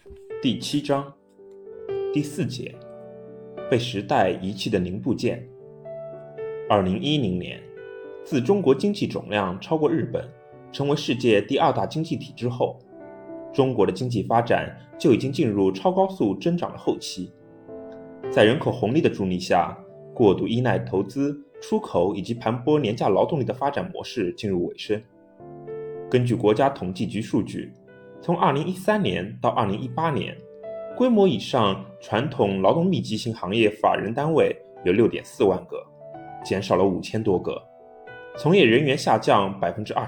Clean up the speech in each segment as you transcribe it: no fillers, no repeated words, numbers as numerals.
第7章第4节，被时代遗弃的零部件。2010年，自中国经济总量超过日本，成为世界第2大经济体之后，中国的经济发展就已经进入超高速增长的后期。在人口红利的助力下，过度依赖投资、出口以及盘剥廉价劳动力的发展模式进入尾声。根据国家统计局数据，从2013年到2018年，规模以上传统劳动密集型行业法人单位有 6.4 万个，减少了5000多个，从业人员下降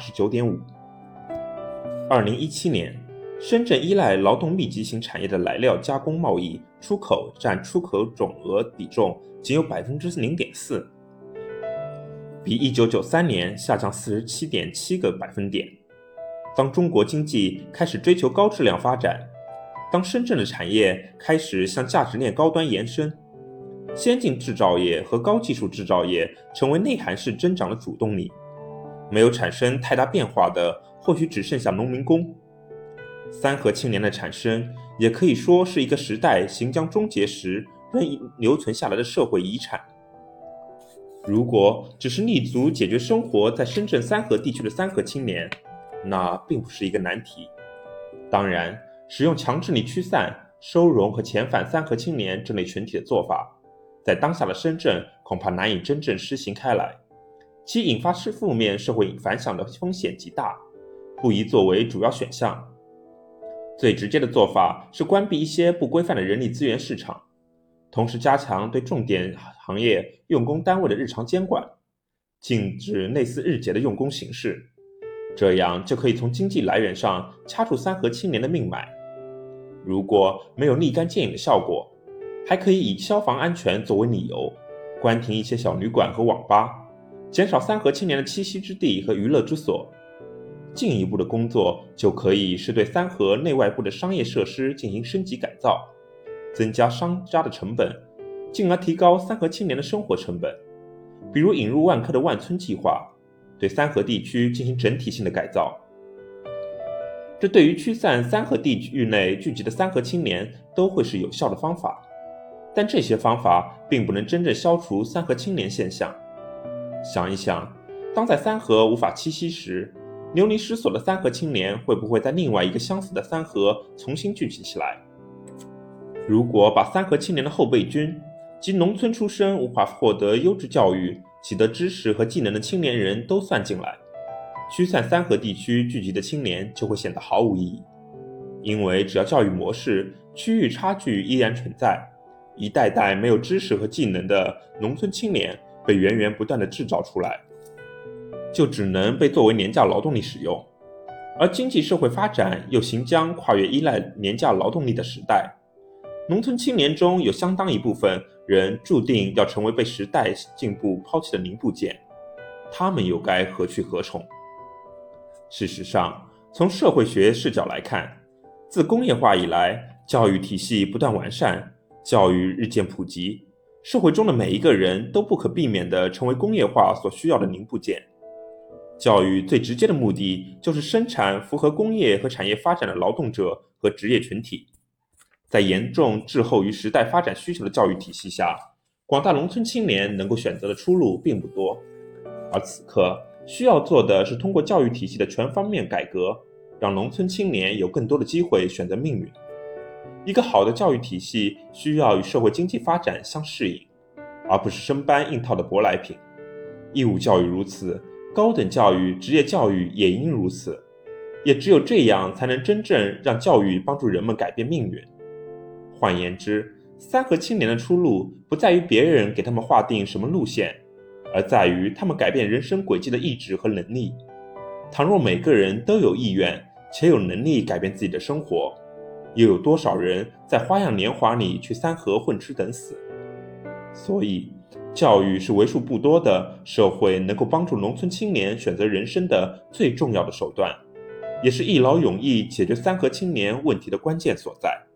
29.5%。2017年，深圳依赖劳动密集型产业的来料加工贸易出口占出口总额比重仅有 0.4%， 比1993年下降 47.7个百分点。当中国经济开始追求高质量发展，当深圳的产业开始向价值链高端延伸，先进制造业和高技术制造业成为内涵式增长的主动力。没有产生太大变化的，或许只剩下农民工。三和青年的产生，也可以说是一个时代行将终结时仍留存下来的社会遗产。如果只是立足解决生活在深圳三和地区的三和青年，那并不是一个难题。当然，使用强制力驱散、收容和遣返三和青年这类群体的做法，在当下的深圳恐怕难以真正施行开来，其引发负面社会反响的风险极大，不宜作为主要选项。最直接的做法是关闭一些不规范的人力资源市场，同时加强对重点行业用工单位的日常监管，禁止类似日结的用工形式，这样就可以从经济来源上掐住三和青年的命脉。如果没有立竿见影的效果，还可以以消防安全作为理由，关停一些小旅馆和网吧，减少三和青年的栖息之地和娱乐之所。进一步的工作就可以是对三和内外部的商业设施进行升级改造，增加商家的成本，进而提高三和青年的生活成本。比如引入万科的万村计划，对三和地区进行整体性的改造。这对于驱散三和地域内聚集的三和青年都会是有效的方法，但这些方法并不能真正消除三和青年现象。想一想，当在三和无法栖息时，流离失所的三和青年会不会在另外一个相似的三和重新聚集起来？如果把三和青年的后备军及农村出身无法获得优质教育、习得知识和技能的青年人都算进来，驱散三和地区聚集的青年就会显得毫无意义。因为只要教育模式、区域差距依然存在，一代代没有知识和技能的农村青年被源源不断地制造出来，就只能被作为廉价劳动力使用。而经济社会发展又行将跨越依赖廉价劳动力的时代，农村青年中有相当一部分人注定要成为被时代进步抛弃的零部件，他们又该何去何从？事实上，从社会学视角来看，自工业化以来，教育体系不断完善，教育日渐普及，社会中的每一个人都不可避免地成为工业化所需要的零部件。教育最直接的目的就是生产符合工业和产业发展的劳动者和职业群体。在严重滞后于时代发展需求的教育体系下，广大农村青年能够选择的出路并不多。而此刻需要做的是通过教育体系的全方面改革，让农村青年有更多的机会选择命运。一个好的教育体系需要与社会经济发展相适应，而不是生搬硬套的舶来品。义务教育如此，高等教育、职业教育也应如此。也只有这样才能真正让教育帮助人们改变命运。换言之，三和青年的出路不在于别人给他们划定什么路线，而在于他们改变人生轨迹的意志和能力。倘若每个人都有意愿且有能力改变自己的生活，又有多少人在花样年华里去三和混吃等死？所以教育是为数不多的社会能够帮助农村青年选择人生的最重要的手段，也是一劳永逸解决三和青年问题的关键所在。